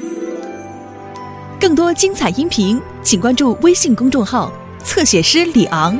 更多精彩音频，请关注微信公众号“侧写师李昂”。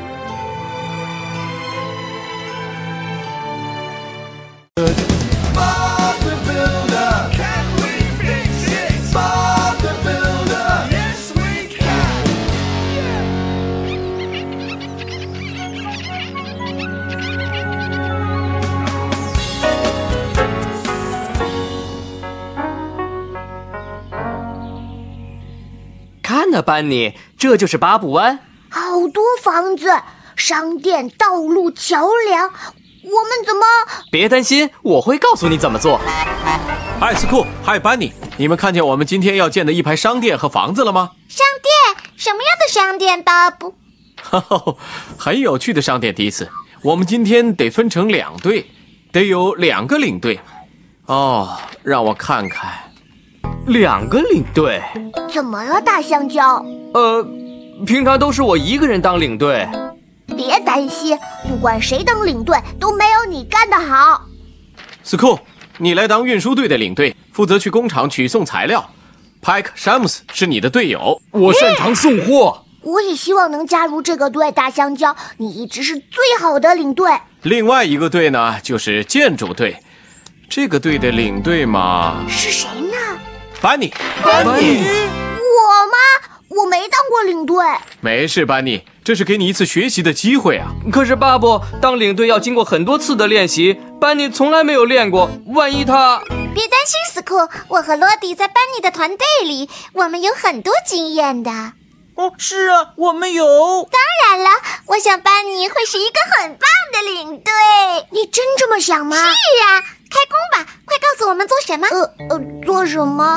看呐，班尼，这就是巴布湾， 好多房子、商店、道路、桥梁，我们怎么…… 别担心，我会告诉你怎么做。 嗨，斯库，嗨，班尼，你们看见我们今天要建的一排商店和房子了吗？ 商店？什么样的商店，巴布？ 很有趣的商店，迪斯。我们今天得分成2队，得有2个领队。哦，让我看看 ，2个领队。 怎么了，大香蕉？ 平常都是我一个人当领队。 别担心，不管谁当领队，都没有你干得好。 斯库，你来当运输队的领队，负责去工厂取送材料。派克、詹姆斯是你的队友， 我擅长送货。 我也希望能加入这个队，大香蕉，你一直是最好的领队。 另外一个队呢，就是建筑队。这个队的领队嘛， 是谁呢？ 班尼。 我吗？我没当过领队。 没事，班尼，这是给你一次学习的机会啊。 可是巴布，当领队要经过很多次的练习，班尼从来没有练过，万一他…… 别担心，斯库，我和罗迪在班尼的团队里，我们有很多经验的。 是啊，我们有。 当然了，我想班尼会是一个很棒的领队。你真这么想吗？是啊，开工吧，快告诉我们做什么。做什么？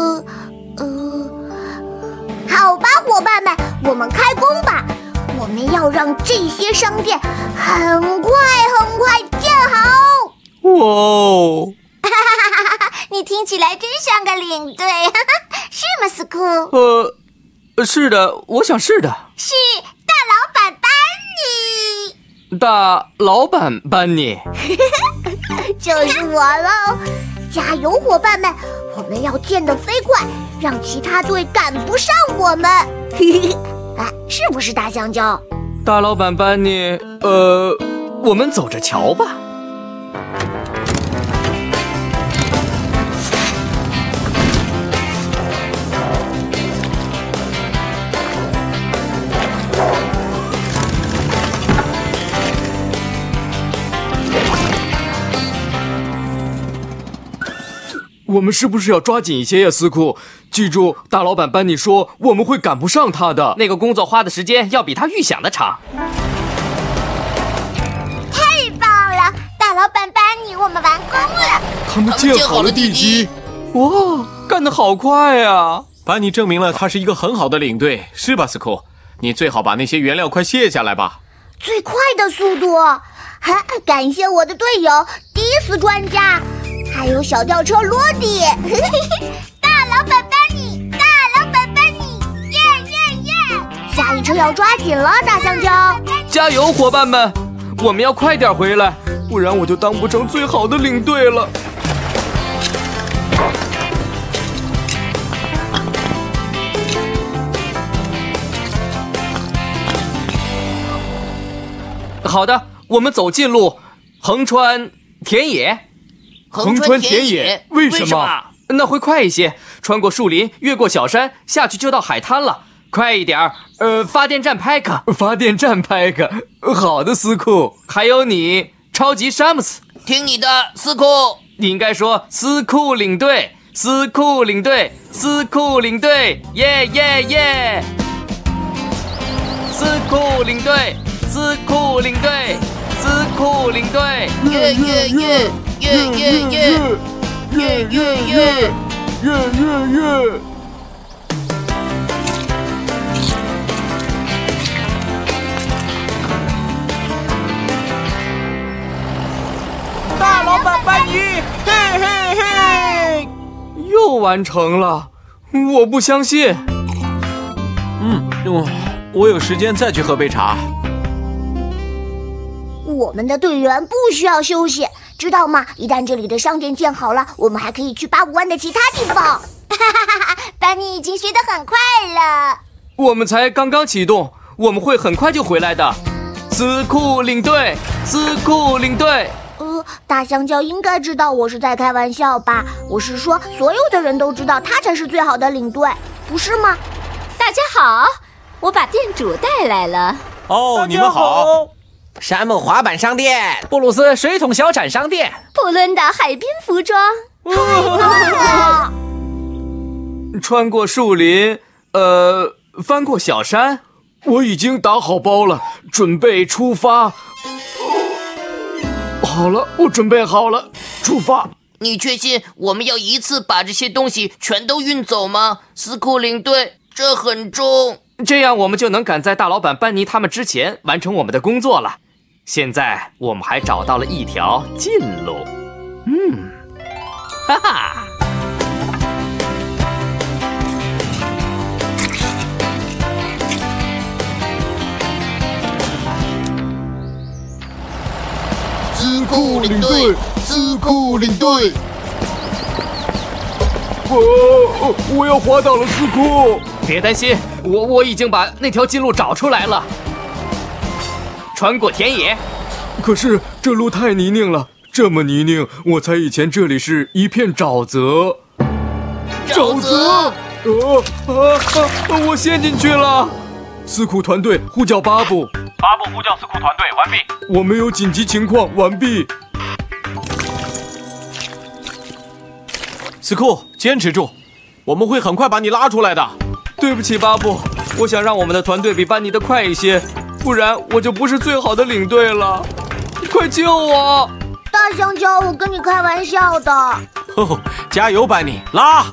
好吧，伙伴们，我们开工吧。我们要让这些商店很快建好。 哇哦！ 你听起来真像个领队，是吗，斯库？ 是的，我想是的。 是大老板班尼。 大老板班尼。 就是我喽！加油，伙伴们！我们要建得飞快，让其他队赶不上我们。是不是大香蕉？ 大老板班尼，我们走着瞧吧。我们是不是要抓紧一些呀，斯库？记住，大老板班尼说我们会赶不上他的。那个工作花的时间要比他预想的长。 太棒了，大老板班尼，我们完工了。 他们建好了地基。 哇，干得好快啊！ 班尼证明了他是一个很好的领队，是吧，斯库？你最好把那些原料快卸下来吧。 最快的速度。感谢我的队友迪斯专家。还有小吊车罗迪，大老板班尼，大老板班尼，耶！下一车要抓紧了，大香蕉！ 加油，伙伴们！我们要快点回来，不然我就当不成最好的领队了。好的，我们走近路，横穿田野。 横穿田野？为什么？ 那会快一些，穿过树林，越过小山，下去就到海滩了。快一点发电站派克。发电站派克。好的，斯库。还有你，超级詹姆斯。 听你的，斯库。 你应该说斯库领队，斯库领队，斯库领队，耶！斯库领队，斯库领队，斯库领队， 耶！ 大老板班尼，嘿！ 又完成了，我不相信。 我有时间再去喝杯茶。 我们的队员不需要休息，知道吗？一旦这里的商店建好了，我们还可以去巴布湾的其他地方。 班尼已经学得很快了。 我们才刚刚启动，我们会很快就回来的。斯库领队，斯库领队。 大香蕉应该知道我是在开玩笑吧？我是说，所有的人都知道他才是最好的领队，不是吗？ 大家好，我把店主带来了。 哦，你们好。 山姆滑板商店， 布鲁斯水桶小铲商店， 布伦达海边服装。 穿过树林，翻过小山， 我已经打好包了，准备出发。好了，我准备好了，出发。 你确信我们要一次把这些东西全都运走吗？斯库领队，这很重。 这样我们就能赶在大老板班尼他们之前完成我们的工作了。现在我们还找到了一条近路。哈哈。 斯库领队，斯库领队。 我要滑倒了，斯库。 别担心，我已经把那条近路找出来了。穿过田野， 可是这路太泥泞了，这么泥泞，我猜以前这里是一片沼泽。 沼泽！ 我陷进去了。斯库团队呼叫巴布。 巴布呼叫斯库团队完毕。 我们有紧急情况，完毕。 斯库，坚持住，我们会很快把你拉出来的。 对不起，巴布，我想让我们的团队比班尼的快一些，不然我就不是最好的领队了。快救我！ 大香蕉，我跟你开玩笑的。 加油，班尼，拉！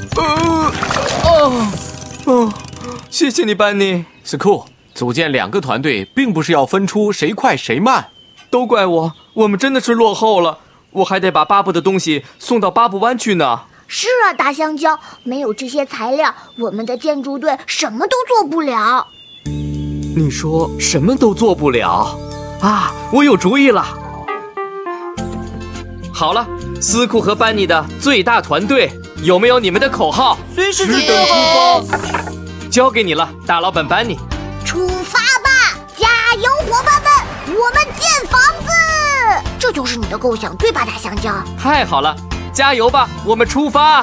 谢谢你，班尼。 斯库，组建2个团队，并不是要分出谁快谁慢。 都怪我，我们真的是落后了。我还得把巴布的东西送到巴布湾去呢。 是啊，大香蕉，没有这些材料，我们的建筑队什么都做不了。 你说什么都做不了啊？我有主意了。好了，斯库和班尼的最大团队，有没有你们的口号？ 随时准备出发。 交给你了，大老板班尼。 出发吧，加油，伙伴们！我们建房子。这就是你的构想，对吧，大香蕉？ 太好了，加油吧，我们出发！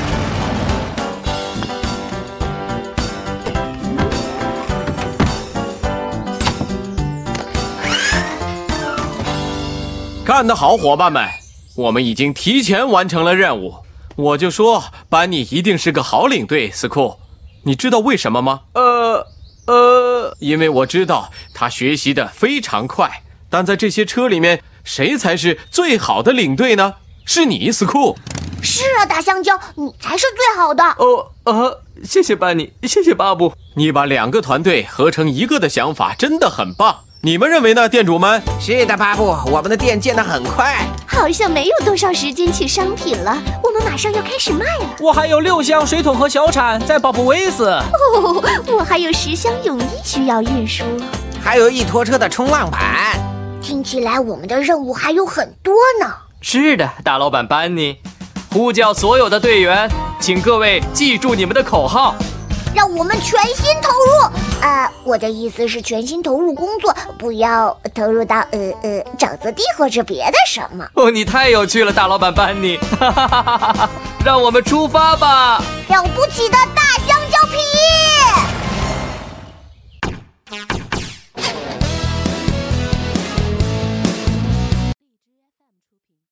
干得好，伙伴们！我们已经提前完成了任务。我就说，班尼一定是个好领队，斯库。你知道为什么吗？因为我知道他学习得非常快。但在这些车里面，谁才是最好的领队呢？是你，斯库。 是啊，大香蕉，你才是最好的。 谢谢班尼，谢谢巴布。 你把2个团队合成1个的想法真的很棒。你们认为呢，店主们？ 是的，巴布，我们的店建得很快。 好像没有多少时间取商品了，我们马上要开始卖了。 我还有6箱水桶和小铲在巴布威斯。 我还有10箱泳衣需要运输， 还有1拖车的冲浪板。 听起来我们的任务还有很多呢。 是的，大老板班尼，呼叫所有的队员，请各位记住你们的口号， 让我们全心投入。我的意思是全心投入工作，不要投入到沼泽地或者别的什么。 你太有趣了，大老板班尼，让我们出发吧！ 了不起的大香蕉皮。